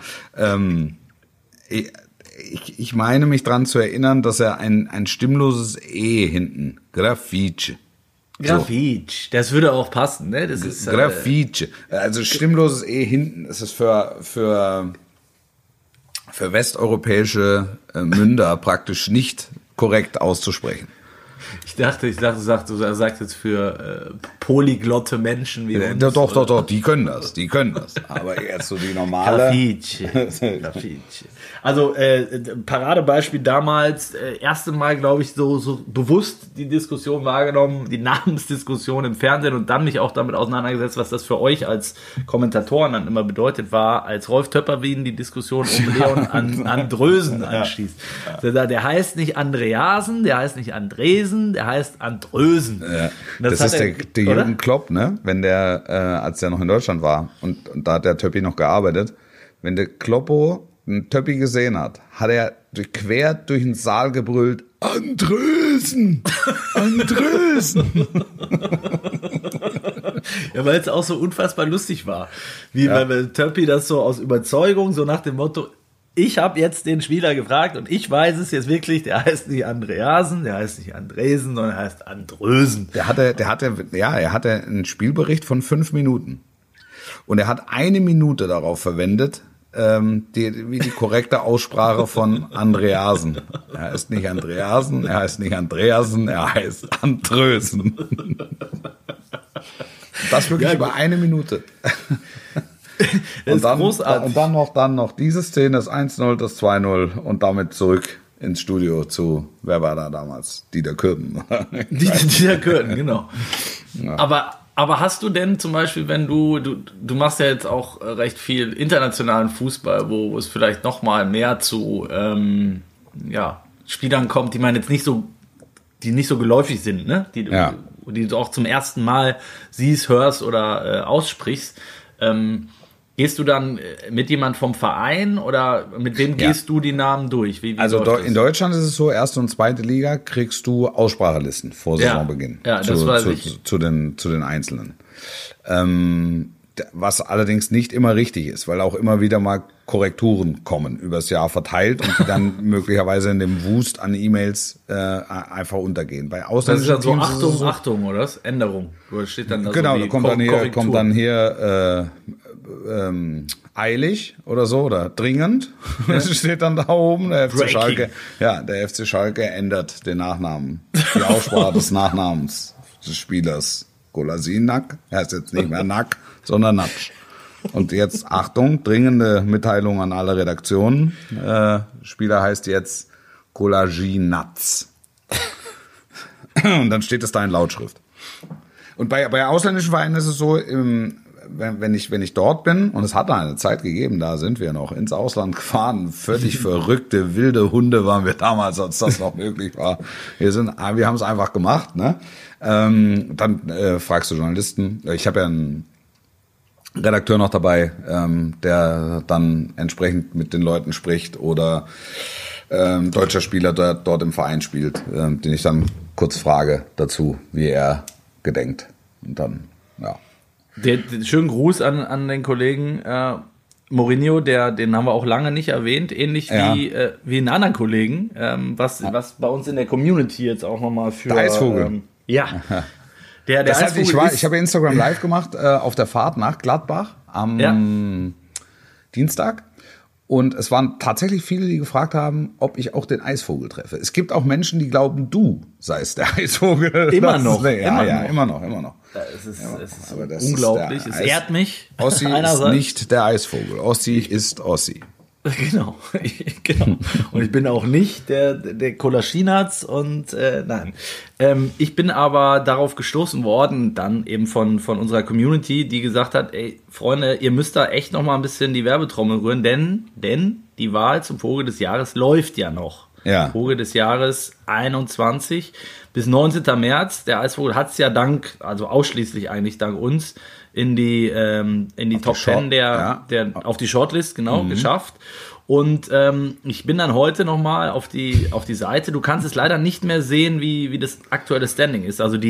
Ich meine mich dran zu erinnern, dass er ein stimmloses E hinten, Graffiti. Graffiti, das würde auch passen, ne? Das ist Graffiti, also stimmloses E hinten, ist es für westeuropäische Münder praktisch nicht korrekt auszusprechen. Ich dachte, du sagst jetzt für polyglotte Menschen wie uns. Doch, die können das. Aber jetzt so die normale. Graffiti. Also Paradebeispiel damals, erste Mal, glaube ich, so bewusst die Diskussion wahrgenommen, die Namensdiskussion im Fernsehen und dann mich auch damit auseinandergesetzt, was das für euch als Kommentatoren dann immer bedeutet war, als Rolf Töpperwien die Diskussion um Leon Andrösen anschließt. Ja. Der heißt nicht Andreasen, der heißt nicht Andresen, der heißt Andrösen. Ja. Das ist der Jürgen Klopp, ne? Wenn der, als der noch in Deutschland war und da hat der Töppi noch gearbeitet, wenn der Kloppo einen Töppi gesehen hat er quer durch den Saal gebrüllt, Andrösen! Andrösen! Ja, weil es auch so unfassbar lustig war. Weil Töppi das so aus Überzeugung, so nach dem Motto, ich habe jetzt den Spieler gefragt und ich weiß es jetzt wirklich, der heißt nicht Andreasen, der heißt nicht Andresen, sondern er heißt Andrösen. Er hatte einen Spielbericht von 5 Minuten. Und er hat 1 Minute darauf verwendet, die korrekte Aussprache von Andreasen. Er heißt nicht Andreasen, er heißt nicht Andreasen, er heißt Andrösen. Das wirklich über 1 Minute. Und dann noch diese Szene, das 1-0, das 2-0 und damit zurück ins Studio zu, wer war da damals? Dieter Kürten. Dieter Kürten, genau. Ja. Aber Aber hast du denn zum Beispiel, wenn du machst ja jetzt auch recht viel internationalen Fußball, wo es vielleicht noch mal mehr zu Spielern kommt, die man jetzt nicht so geläufig sind, ne? Die du auch zum ersten Mal siehst, hörst oder aussprichst. Gehst du dann mit jemand vom Verein oder mit wem gehst du die Namen durch? Wie also in Deutschland ist es so, erste und zweite Liga kriegst du Aussprachelisten vor Saisonbeginn zu den Einzelnen. Was allerdings nicht immer richtig ist, weil auch immer wieder mal Korrekturen kommen übers Jahr verteilt und die dann möglicherweise in dem Wust an E-Mails einfach untergehen. Bei ausländischen Teams ist das so Achtung, oder was? Änderung. Steht dann da genau, da kommt dann hier eilig oder so oder dringend. Das steht dann da oben. Der FC Schalke ändert den Nachnamen, die Aussprache des Nachnamens des Spielers. Kolasinac, er ist jetzt nicht mehr Nack, sondern Natsch. Und jetzt, Achtung, dringende Mitteilung an alle Redaktionen. Spieler heißt jetzt Kolasinac. Und dann steht es da in Lautschrift. Und bei ausländischen Vereinen ist es so, wenn ich dort bin, und es hat da eine Zeit gegeben, da sind wir noch ins Ausland gefahren, völlig verrückte, wilde Hunde waren wir damals, als das noch möglich war. Wir haben es einfach gemacht, ne? Dann fragst du Journalisten. Ich habe ja einen Redakteur noch dabei, der dann entsprechend mit den Leuten spricht oder deutscher Spieler dort im Verein spielt, den ich dann kurz frage dazu, wie er gedenkt. Und dann, ja. Den schönen Gruß an den Kollegen Mourinho, den haben wir auch lange nicht erwähnt, ähnlich wie einen anderen Kollegen, was bei uns in der Community jetzt auch nochmal für... Der Eisvogel. Der das heißt, ich habe Instagram live gemacht auf der Fahrt nach Gladbach am Dienstag. Und es waren tatsächlich viele, die gefragt haben, ob ich auch den Eisvogel treffe. Es gibt auch Menschen, die glauben, du seist der Eisvogel. Immer noch. Immer noch. Es ist unglaublich, es ehrt mich. Ossi ist nicht der Eisvogel. Ossi ist Ossi. Genau. Und ich bin auch nicht der Kolasinac und nein. Ich bin aber darauf gestoßen worden, dann eben von unserer Community, die gesagt hat, ey, Freunde, ihr müsst da echt noch mal ein bisschen die Werbetrommel rühren, denn die Wahl zum Vogel des Jahres läuft ja noch. Ja. Vogel des Jahres 21 bis 19. März. Der Eisvogel hat es ja ausschließlich eigentlich dank uns in die Top 10 auf die Shortlist geschafft. Und ich bin dann heute nochmal auf die Seite. Du kannst es leider nicht mehr sehen, wie das aktuelle Standing ist. Also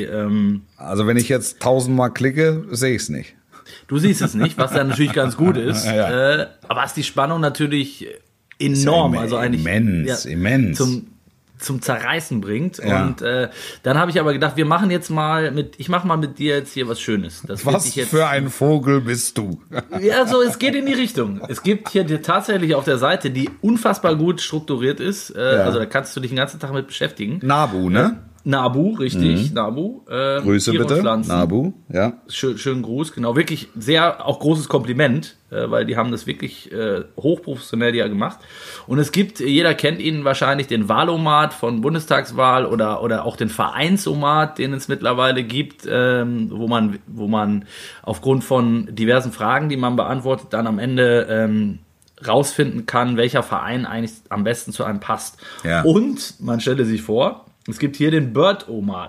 also wenn ich jetzt 1000-mal klicke, sehe ich es nicht. Du siehst es nicht, was dann natürlich ganz gut ist. Ja. Aber ist die Spannung natürlich enorm. Ja also eigentlich immens. Zum Zerreißen bringt. Ja. Und dann habe ich aber gedacht, ich mache mal mit dir jetzt hier was Schönes. Was für ein Vogel bist du? Ja, so, es geht in die Richtung. Es gibt hier tatsächlich auf der Seite, die unfassbar gut strukturiert ist. Also da kannst du dich den ganzen Tag mit beschäftigen. Nabu, ne? Nabu, richtig, Nabu. Grüße bitte, Nabu, ja. Schönen Gruß, genau. Wirklich sehr auch großes Kompliment, weil die haben das wirklich hochprofessionell ja gemacht. Und es gibt, jeder kennt ihn wahrscheinlich, den Wahlomat von Bundestagswahl oder auch den Vereinsomat, den es mittlerweile gibt, wo man aufgrund von diversen Fragen, die man beantwortet, dann am Ende rausfinden kann, welcher Verein eigentlich am besten zu einem passt. Ja. Und man stelle sich vor, es gibt hier den Bird-O-Mat.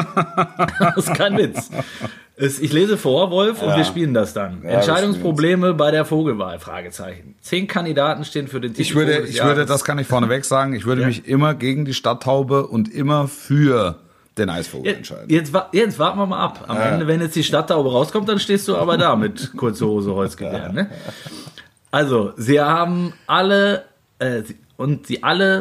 Das ist kein Witz. Ich lese vor, Wolf, und wir spielen das dann. Ja, Entscheidungsprobleme bei der Vogelwahl, Fragezeichen. 10 Kandidaten stehen für den Titel. Ich würde, das kann ich vorneweg sagen, ich würde mich immer gegen die Stadttaube und immer für den Eisvogel entscheiden. Jetzt warten wir mal ab. Am Ende, wenn jetzt die Stadttaube rauskommt, dann stehst du aber da mit kurze Hose, Holzgewehr. Ne? Also, sie haben alle... die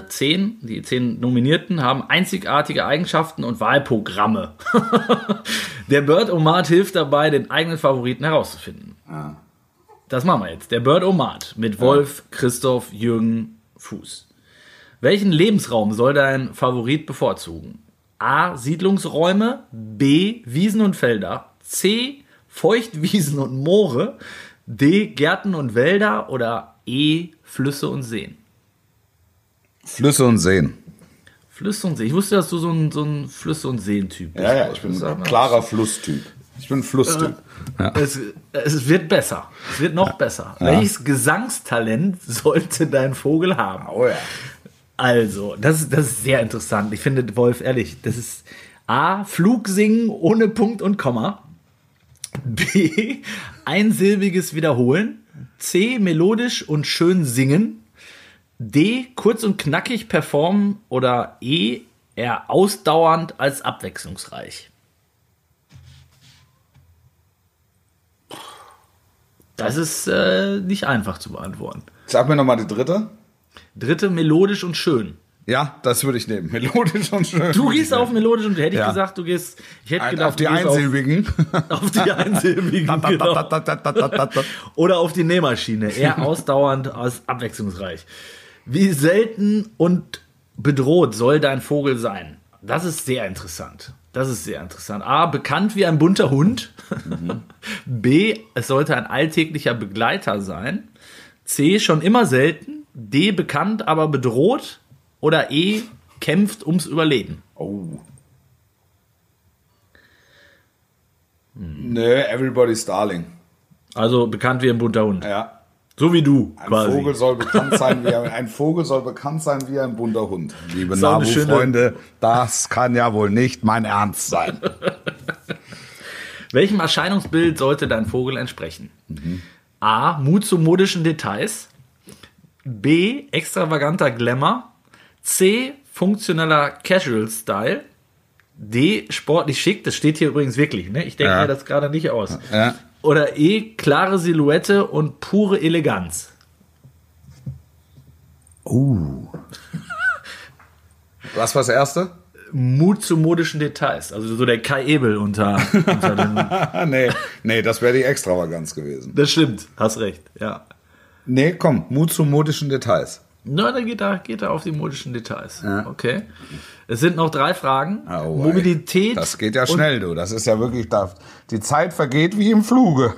10 Nominierten haben einzigartige Eigenschaften und Wahlprogramme. Der Bird-O-Mat hilft dabei, den eigenen Favoriten herauszufinden. Ah. Das machen wir jetzt. Der Bird-O-Mat mit Wolf, Christoph, Jürgen, Fuß. Welchen Lebensraum soll dein Favorit bevorzugen? A. Siedlungsräume. B. Wiesen und Felder. C. Feuchtwiesen und Moore. D. Gärten und Wälder. Oder E. Flüsse und Seen. Flüsse und Seen. Flüsse und Seen. Ich wusste, dass du so ein Flüsse und Seen-Typ bist. Ja, ich bin ein klarer Flusstyp. Ich bin ein Flusstyp. Es wird besser. Es wird noch besser. Ja. Welches Gesangstalent sollte dein Vogel haben? Oh ja. Also, das ist sehr interessant. Ich finde, Wolf, ehrlich, das ist A, Flugsingen ohne Punkt und Komma. B, einsilbiges Wiederholen. C, melodisch und schön singen. D, kurz und knackig performen. Oder E, eher ausdauernd als abwechslungsreich. Das ist nicht einfach zu beantworten. Sag mir nochmal die dritte. Dritte, melodisch und schön. Ja, das würde ich nehmen. Melodisch und schön. Du gehst auf melodisch und hätte ich gesagt, du gehst. Ich hätte gedacht, auf die einsilbigen. Auf die einsilbigen, genau. Oder auf die Nähmaschine. Eher ausdauernd als abwechslungsreich. Wie selten und bedroht soll dein Vogel sein? Das ist sehr interessant. A, bekannt wie ein bunter Hund. B, es sollte ein alltäglicher Begleiter sein. C, schon immer selten. D, bekannt, aber bedroht. Oder E, kämpft ums Überleben. Oh. Nö, everybody's darling. Also bekannt wie ein bunter Hund. Ja. So wie du, quasi. Ein Vogel soll bekannt sein wie ein bunter Hund. Liebe Nabu-Freunde, das kann ja wohl nicht mein Ernst sein. Welchem Erscheinungsbild sollte dein Vogel entsprechen? A, Mut zu modischen Details. B, extravaganter Glamour. C, funktioneller Casual-Style. D, sportlich schick. Das steht hier übrigens wirklich, ne? Ich denke mir das gerade nicht aus. Ja. Oder E, klare Silhouette und pure Eleganz. Was war das erste? Mut zu modischen Details. Also so der Kai Ebel unter den... nee, das wäre die Extravaganz gewesen. Das stimmt, hast recht, ja. Nee, komm, Mut zu modischen Details. Na, dann geht er auf die modischen Details. Ja. Okay. Es sind noch 3 Fragen. Oh, Mobilität. Das geht ja schnell, du. Das ist ja wirklich, die Zeit vergeht wie im Fluge.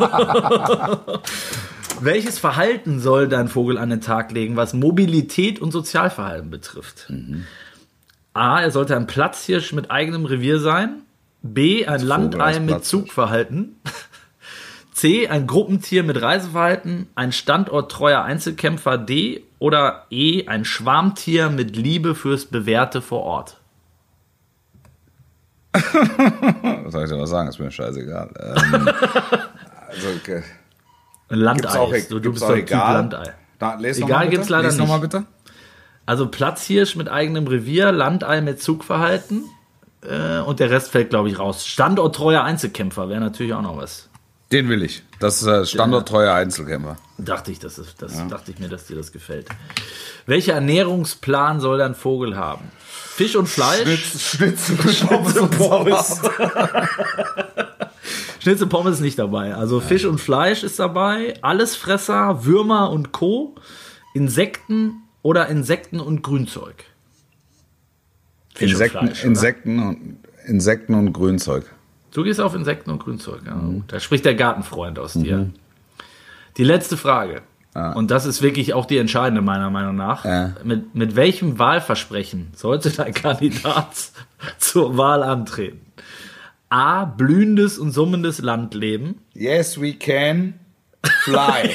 Welches Verhalten soll dein Vogel an den Tag legen, was Mobilität und Sozialverhalten betrifft? A, er sollte ein Platzhirsch mit eigenem Revier sein. B, ein Landei mit Zugverhalten. C, ein Gruppentier mit Reiseverhalten, ein standorttreuer Einzelkämpfer. D oder E, ein Schwarmtier mit Liebe fürs Bewährte vor Ort. Was soll ich denn was sagen? Ist mir scheißegal. Also, okay. Ein Landei. Du bist doch Typ Landei. Egal gibt's leider nicht. Nochmal bitte. Also Platzhirsch mit eigenem Revier, Landei mit Zugverhalten und der Rest fällt, glaube ich, raus. Standorttreuer Einzelkämpfer wäre natürlich auch noch was. Den will ich. Das ist standorttreuer Einzelkämpfer. Dachte ich mir, dass dir das gefällt. Welcher Ernährungsplan soll dein Vogel haben? Fisch und Fleisch? Pommes. Schnitzel-Pommes ist nicht dabei. Also Fisch und Fleisch ist dabei. Allesfresser, Würmer und Co. Insekten oder Insekten und Grünzeug? Insekten und Grünzeug. Du gehst auf Insekten und Grünzeug. Ja. Da spricht der Gartenfreund aus dir. Die letzte Frage. Und das ist wirklich auch die entscheidende, meiner Meinung nach. Mit welchem Wahlversprechen sollte dein Kandidat zur Wahl antreten? A, blühendes und summendes Landleben. Yes, we can fly.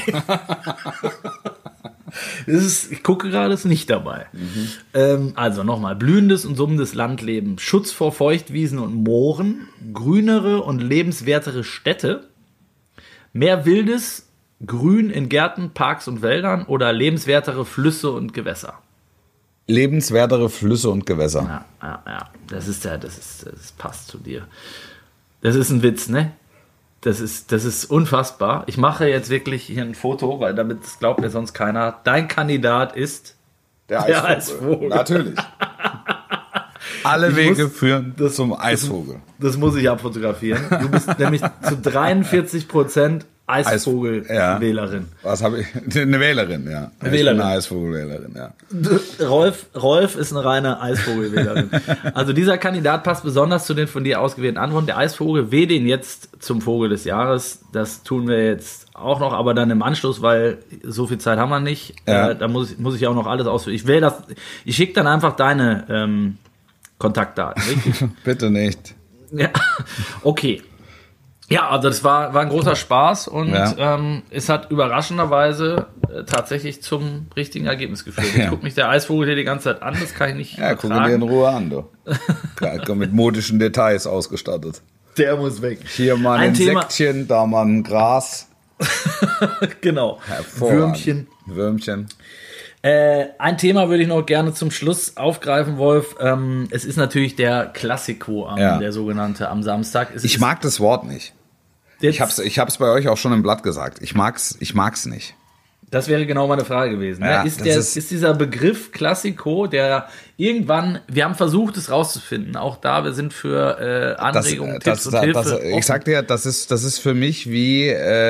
Ich gucke gerade, ist nicht dabei. Also nochmal, blühendes und summendes Landleben, Schutz vor Feuchtwiesen und Mooren, grünere und lebenswertere Städte, mehr wildes Grün in Gärten, Parks und Wäldern oder lebenswertere Flüsse und Gewässer. Lebenswertere Flüsse und Gewässer. Ja. Das passt zu dir. Das ist ein Witz, ne? Das ist unfassbar. Ich mache jetzt wirklich hier ein Foto, weil damit glaubt mir sonst keiner. Dein Kandidat ist der Eisvogel. Natürlich. Alle Wege führen zum Eisvogel. Das muss ich abfotografieren. Du bist nämlich zu 43% Eisvogelwählerin. Was habe ich? Eine Wählerin, ja. Ich bin eine Eisvogelwählerin, ja. Rolf ist eine reine Eisvogelwählerin. Also dieser Kandidat passt besonders zu den von dir ausgewählten Antworten. Der Eisvogel, wähl den jetzt zum Vogel des Jahres. Das tun wir jetzt auch noch, aber dann im Anschluss, weil so viel Zeit haben wir nicht. Ja. Da muss ich auch noch alles ausfüllen. Ich schicke dann einfach deine Kontaktdaten, richtig? Bitte nicht. Ja, okay. Ja, also das war ein großer Spaß und es hat überraschenderweise tatsächlich zum richtigen Ergebnis geführt. Jetzt guckt mich der Eisvogel hier die ganze Zeit an, das kann ich nicht guck ihn dir in Ruhe an, du. Mit modischen Details ausgestattet. Der muss weg. Hier mal ein Insektchen, da mal ein Gras. Genau. Würmchen. Ein Thema würde ich noch gerne zum Schluss aufgreifen, Wolf. Es ist natürlich der Klassiko, der sogenannte, am Samstag. Ich mag das Wort nicht. Ich hab's bei euch auch schon im Blatt gesagt. Ich mag's nicht. Das wäre genau meine Frage gewesen. Ja, ist dieser Begriff Klassiko, der irgendwann, wir haben versucht, es rauszufinden. Auch da, wir sind für Anregungen, Tipps und Hilfe. Ich sag dir, das ist für mich wie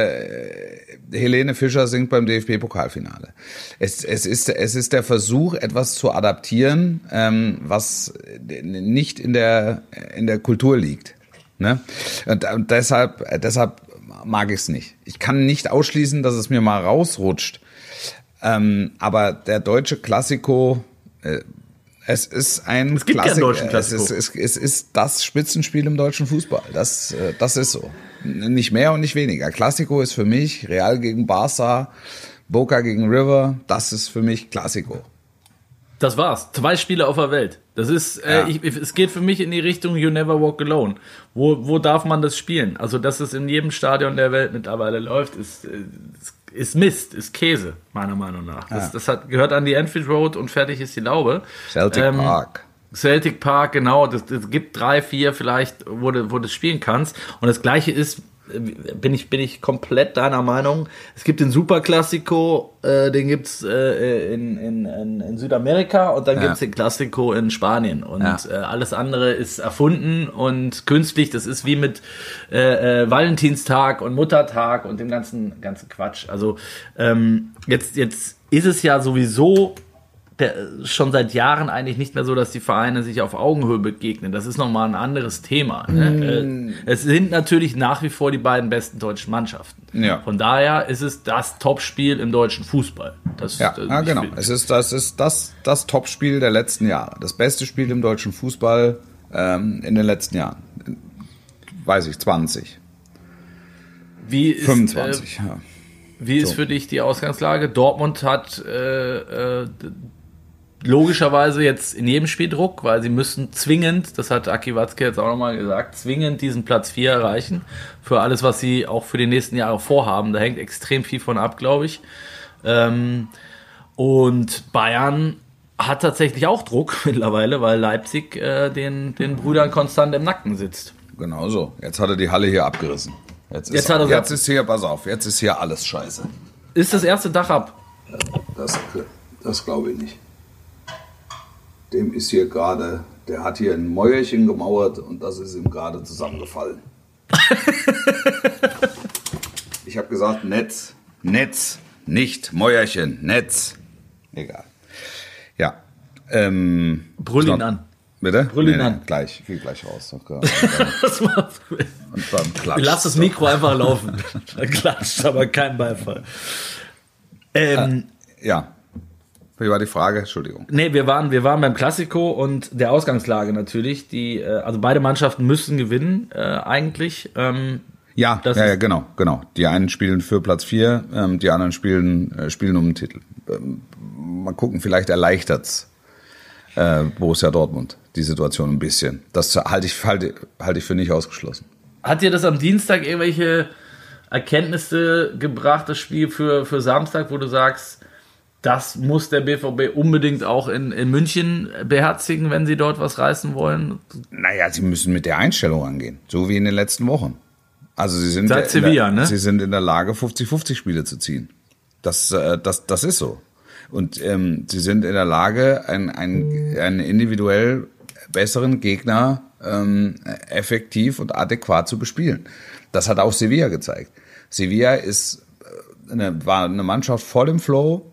Helene Fischer singt beim DFB-Pokalfinale. Es ist der Versuch, etwas zu adaptieren, was nicht in der Kultur liegt. Ne? Und deshalb mag ich es nicht. Ich kann nicht ausschließen, dass es mir mal rausrutscht. Aber der deutsche Klassiko, es ist ein Es gibt keinen deutschen Klassiko. Es ist das Spitzenspiel im deutschen Fußball. Das ist so. Nicht mehr und nicht weniger. Klassiko ist für mich Real gegen Barca, Boca gegen River. Das ist für mich Klassiko. Das war's. 2 Spiele auf der Welt. Das ist, es geht für mich in die Richtung You Never Walk Alone. Wo darf man das spielen? Also, dass es in jedem Stadion der Welt mittlerweile läuft, ist Mist, ist Käse, meiner Meinung nach. Das gehört an die Anfield Road und fertig ist die Laube. Celtic Park, genau. Das gibt 3, 4 vielleicht, wo du spielen kannst. Und das Gleiche ist, bin ich komplett deiner Meinung. Es gibt den Superklassiko, den gibt's in Südamerika und dann gibt's den Klassiko in Spanien und alles andere ist erfunden und künstlich. Das ist wie mit Valentinstag und Muttertag und dem ganzen Quatsch. Also jetzt ist es ja sowieso schon seit Jahren eigentlich nicht mehr so, dass die Vereine sich auf Augenhöhe begegnen. Das ist nochmal ein anderes Thema. Ne? Es sind natürlich nach wie vor die beiden besten deutschen Mannschaften. Ja. Von daher ist es das Topspiel im deutschen Fußball. Genau. Das ist das Topspiel der letzten Jahre. Das beste Spiel im deutschen Fußball in den letzten Jahren. Weiß ich, 20. 25, Wie ist für dich die Ausgangslage? Dortmund hat logischerweise jetzt in jedem Spiel Druck, weil sie müssen zwingend, das hat Aki Watzke jetzt auch nochmal gesagt, zwingend diesen Platz 4 erreichen für alles, was sie auch für die nächsten Jahre vorhaben. Da hängt extrem viel von ab, glaube ich. Und Bayern hat tatsächlich auch Druck mittlerweile, weil Leipzig den Brüdern konstant im Nacken sitzt. Genau so. Jetzt hat er die Halle hier abgerissen. Jetzt ist hier alles scheiße. Ist das erste Dach ab? Das glaube ich nicht. Dem ist hier gerade, der hat hier ein Mäuerchen gemauert und das ist ihm gerade zusammengefallen. Ich habe gesagt Netz, nicht Mäuerchen, Netz. Egal. Ja. Brüll ihn an. Bitte? Brüll ihn an. Gleich, viel gleich raus. Okay. Das war's. Und dann klatscht. Lass das Mikro einfach laufen. Dann klatscht aber kein Beifall. Ja. Wie war die Frage? Entschuldigung. Nee, wir waren beim Klassiko und der Ausgangslage natürlich. Also beide Mannschaften müssen gewinnen, eigentlich. Genau. Die einen spielen für Platz 4, die anderen spielen um den Titel. Mal gucken, vielleicht erleichtert's Borussia Dortmund die Situation ein bisschen. Das halte ich für nicht ausgeschlossen. Hat dir das am Dienstag irgendwelche Erkenntnisse gebracht, das Spiel für Samstag, wo du sagst, das muss der BVB unbedingt auch in München beherzigen, wenn sie dort was reißen wollen? Naja, sie müssen mit der Einstellung angehen, so wie in den letzten Wochen. Also sie sind sie sind in der Lage, 50-50 Spiele zu ziehen. Das ist so. Und sie sind in der Lage, einen individuell besseren Gegner effektiv und adäquat zu bespielen. Das hat auch Sevilla gezeigt. Sevilla war eine Mannschaft voll im Flow,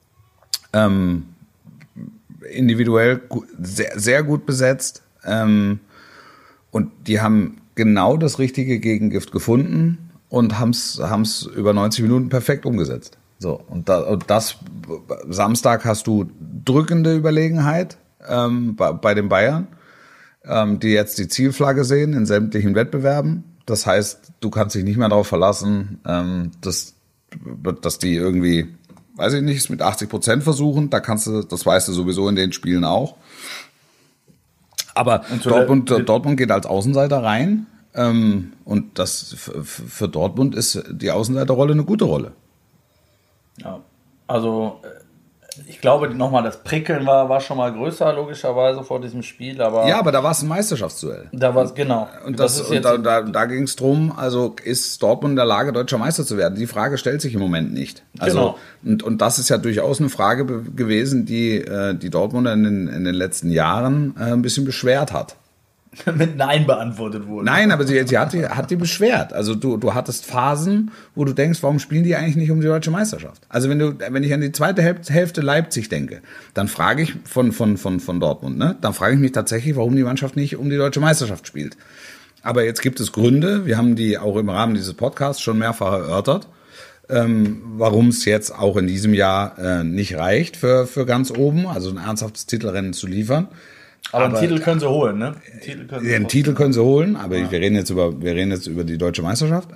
individuell sehr, sehr gut besetzt, und die haben genau das richtige Gegengift gefunden und haben's über 90 Minuten perfekt umgesetzt. So, und das Samstag hast du drückende Überlegenheit bei den Bayern, die jetzt die Zielflagge sehen in sämtlichen Wettbewerben. Das heißt, du kannst dich nicht mehr darauf verlassen, dass die irgendwie, weiß ich nicht, es mit 80% versuchen. Das weißt du sowieso in den Spielen auch. Aber Dortmund geht als Außenseiter rein. Und das für Dortmund ist die Außenseiterrolle eine gute Rolle. Ja, also ich glaube nochmal, das Prickeln war schon mal größer, logischerweise, vor diesem Spiel. Aber ja, aber da war es ein Meisterschaftsduell. Da war es, genau. Und da ging es drum, also ist Dortmund in der Lage, deutscher Meister zu werden? Die Frage stellt sich im Moment nicht. Also, genau. Und das ist ja durchaus eine Frage gewesen, die Dortmunder in den letzten Jahren ein bisschen beschwert hat. Mit Nein beantwortet wurde. Nein, aber sie hat die beschwert. Also du hattest Phasen, wo du denkst, warum spielen die eigentlich nicht um die deutsche Meisterschaft? Also wenn ich an die zweite Hälfte Leipzig denke, dann frage ich von Dortmund, ne? Dann frage ich mich tatsächlich, warum die Mannschaft nicht um die deutsche Meisterschaft spielt. Aber jetzt gibt es Gründe, wir haben die auch im Rahmen dieses Podcasts schon mehrfach erörtert, warum es jetzt auch in diesem Jahr nicht reicht für ganz oben, also ein ernsthaftes Titelrennen zu liefern. Aber einen Titel können sie holen, ne? Den Titel können sie holen, aber wir reden jetzt über die deutsche Meisterschaft.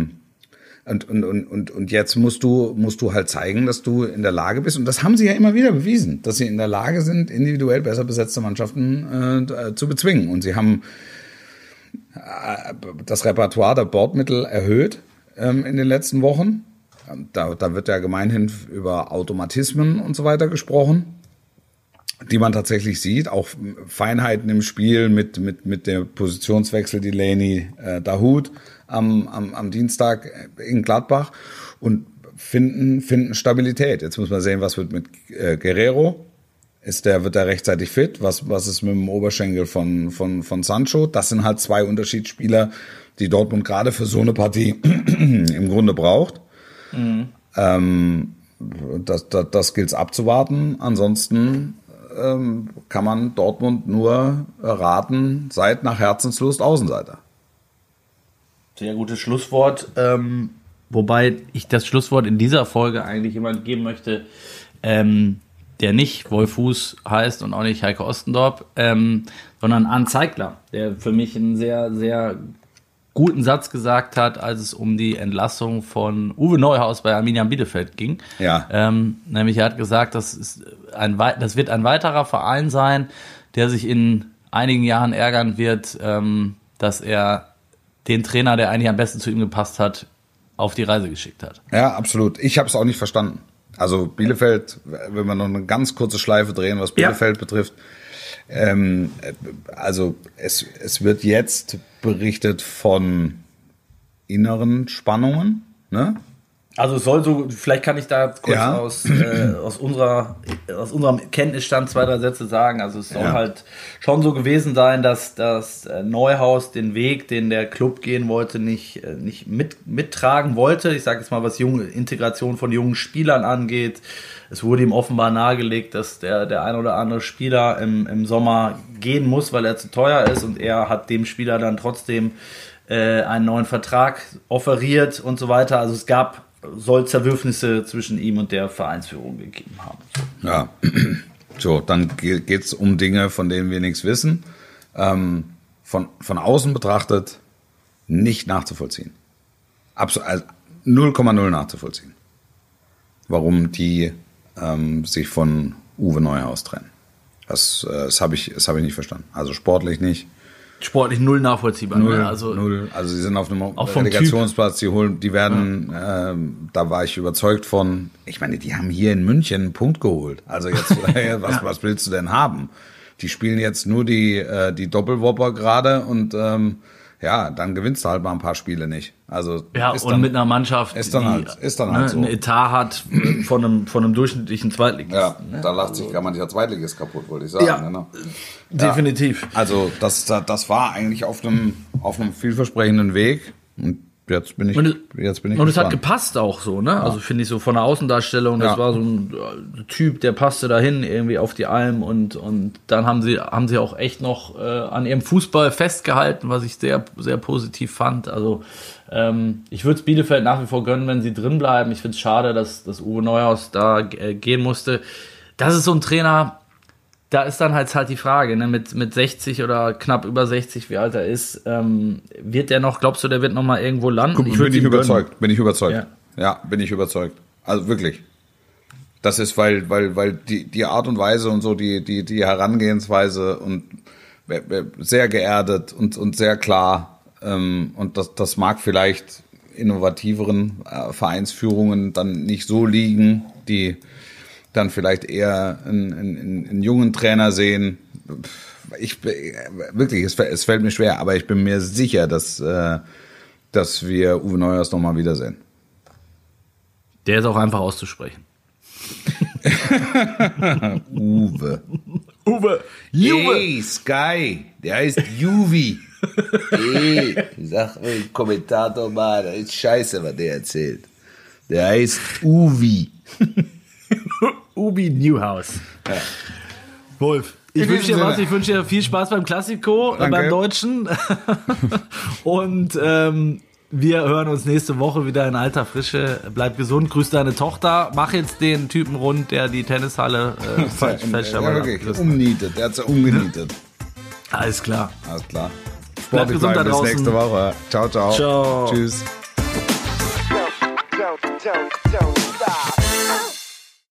Und jetzt musst du halt zeigen, dass du in der Lage bist, und das haben sie ja immer wieder bewiesen, dass sie in der Lage sind, individuell besser besetzte Mannschaften zu bezwingen. Und sie haben das Repertoire der Bordmittel erhöht in den letzten Wochen. Da wird ja gemeinhin über Automatismen und so weiter gesprochen, die man tatsächlich sieht, auch Feinheiten im Spiel mit der Positionswechsel Delaney Dahoud am Dienstag in Gladbach und finden Stabilität. Jetzt muss man sehen, was wird mit Guerrero. Wird er rechtzeitig fit? Was ist mit dem Oberschenkel von Sancho? Das sind halt zwei Unterschiedsspieler, die Dortmund gerade für so eine Partie im Grunde braucht. Mhm. Das gilt's abzuwarten. Ansonsten kann man Dortmund nur raten, seid nach Herzenslust Außenseiter. Sehr gutes Schlusswort. Wobei ich das Schlusswort in dieser Folge eigentlich jemand geben möchte, der nicht Wolfuß heißt und auch nicht Heiko Ostendorp, sondern Arndt Zeigler, der für mich einen sehr, sehr guten Satz gesagt hat, als es um die Entlassung von Uwe Neuhaus bei Arminia Bielefeld ging. Ja. Nämlich er hat gesagt, das wird ein weiterer Verein sein, der sich in einigen Jahren ärgern wird, dass er den Trainer, der eigentlich am besten zu ihm gepasst hat, auf die Reise geschickt hat. Ja, absolut. Ich habe es auch nicht verstanden. Also Bielefeld, wenn wir noch eine ganz kurze Schleife drehen, was Bielefeld betrifft, also es wird jetzt berichtet von inneren Spannungen, ne? Also es soll so, vielleicht kann ich da kurz aus unserem Kenntnisstand 2-3 Sätze sagen. Also es soll halt schon so gewesen sein, dass Neuhaus den Weg, den der Club gehen wollte, nicht mittragen wollte. Ich sage jetzt mal, was Integration von jungen Spielern angeht. Es wurde ihm offenbar nahegelegt, dass der ein oder andere Spieler im Sommer gehen muss, weil er zu teuer ist, und er hat dem Spieler dann trotzdem einen neuen Vertrag offeriert und so weiter. Also es soll Zerwürfnisse zwischen ihm und der Vereinsführung gegeben haben. Ja, so, dann geht's um Dinge, von denen wir nichts wissen. Von außen betrachtet nicht nachzuvollziehen. Absolut, also 0,0 nachzuvollziehen. Warum die sich von Uwe Neuhaus trennen. Das habe ich nicht verstanden. Also sportlich nicht. Sportlich null nachvollziehbar. Null. Also sie sind auf einem Relegationsplatz, die werden, da war ich überzeugt von, ich meine, die haben hier in München einen Punkt geholt. Also jetzt, was willst du denn haben? Die spielen jetzt nur die Doppelwopper gerade und dann gewinnst du halt mal ein paar Spiele nicht. Also mit einer Mannschaft, die so. Einen Etat hat von einem durchschnittlichen Zweitligisten. Ja, da lacht sich gar mancher Zweitligist kaputt, wollte ich sagen. Ja, genau. Definitiv. Ja, also das war eigentlich auf einem vielversprechenden Weg. Und jetzt bin ich gespannt. Und es hat gepasst auch so, ne? Ja. Also finde ich so von der Außendarstellung, das war so ein Typ, der passte dahin irgendwie auf die Alm, und dann haben sie auch echt noch an ihrem Fußball festgehalten, was ich sehr, sehr positiv fand. Also ich würde es Bielefeld nach wie vor gönnen, wenn sie drin bleiben. Ich finde es schade, dass Uwe Neuhaus da gehen musste. Das ist so ein Trainer, da ist dann halt die Frage, ne, mit 60 oder knapp über 60, wie alt er ist, wird der noch, glaubst du, der wird noch mal irgendwo landen? Bin ich überzeugt. Ja, bin ich überzeugt. Also wirklich. Das ist, weil die Art und Weise und so, die Herangehensweise und sehr geerdet und sehr klar, und das mag vielleicht innovativeren Vereinsführungen dann nicht so liegen, die dann vielleicht eher einen jungen Trainer sehen. Wirklich, es fällt mir schwer, aber ich bin mir sicher, dass wir Uwe Neuhaus nochmal wiedersehen. Der ist auch einfach auszusprechen. Uwe. Hey, Sky, der heißt Juvi. Hey, sag dem Kommentator mal, das ist scheiße, was der erzählt. Der heißt Uvi. Ubi Newhouse. Ja. Wolf, ich wünsche dir was. Ich wünsche dir viel Spaß beim Klassiko, beim Deutschen. Und wir hören uns nächste Woche wieder in alter Frische. Bleib gesund, grüß deine Tochter. Mach jetzt den Typen rund, der die Tennishalle umnietet. Der hat sie umgenietet. Alles klar. Alles klar. Bleib gesund da draußen. Bis nächste Woche. Ciao, ciao. Ciao. Tschüss.